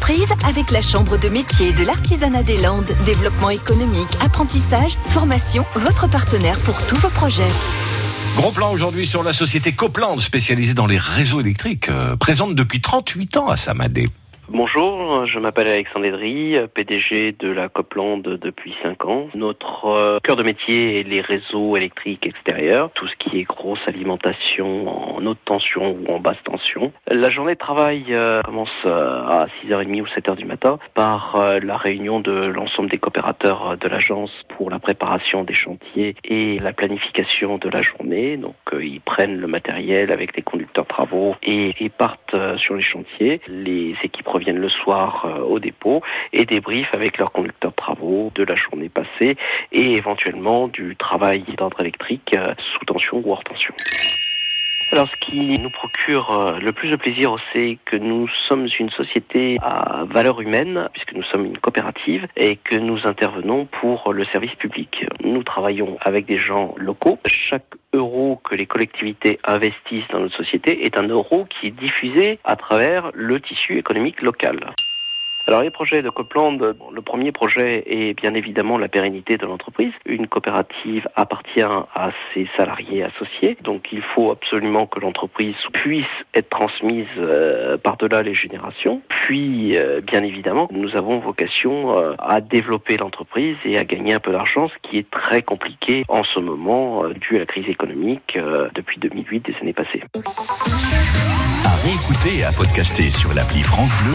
entreprise avec la Chambre de métier et de l'artisanat des Landes. Développement économique, apprentissage, formation, votre partenaire pour tous vos projets. Gros plan aujourd'hui sur la société Copland, spécialisée dans les réseaux électriques, présente depuis 38 ans à Saint-Mandé. Bonjour, je m'appelle Alexandre Edry, PDG de la Copland depuis 5 ans. Notre cœur de métier est les réseaux électriques extérieurs, tout ce qui est grosse alimentation en haute tension ou en basse tension. La journée de travail commence à 6h30 ou 7h du matin par la réunion de l'ensemble des coopérateurs de l'agence pour la préparation des chantiers et la planification de la journée. Donc ils prennent le matériel avec les conducteurs de travaux et partent sur les chantiers. Les équipes reviennent le soir au dépôt et débriefent avec leurs conducteurs de travaux de la journée passée et éventuellement du travail d'ordre électrique sous tension ou hors tension. Alors, ce qui nous procure le plus de plaisir, c'est que nous sommes une société à valeur humaine, puisque nous sommes une coopérative et que nous intervenons pour le service public. Nous travaillons avec des gens locaux. Chaque euro que les collectivités investissent dans notre société est un euro qui est diffusé à travers le tissu économique local. Alors les projets de Copland, le premier projet est bien évidemment la pérennité de l'entreprise. Une coopérative appartient à ses salariés associés, donc il faut absolument que l'entreprise puisse être transmise par-delà les générations. Puis bien évidemment, nous avons vocation à développer l'entreprise et à gagner un peu d'argent, ce qui est très compliqué en ce moment dû à la crise économique depuis 2008 des années passées. À réécouter et à podcaster sur l'appli France Bleu.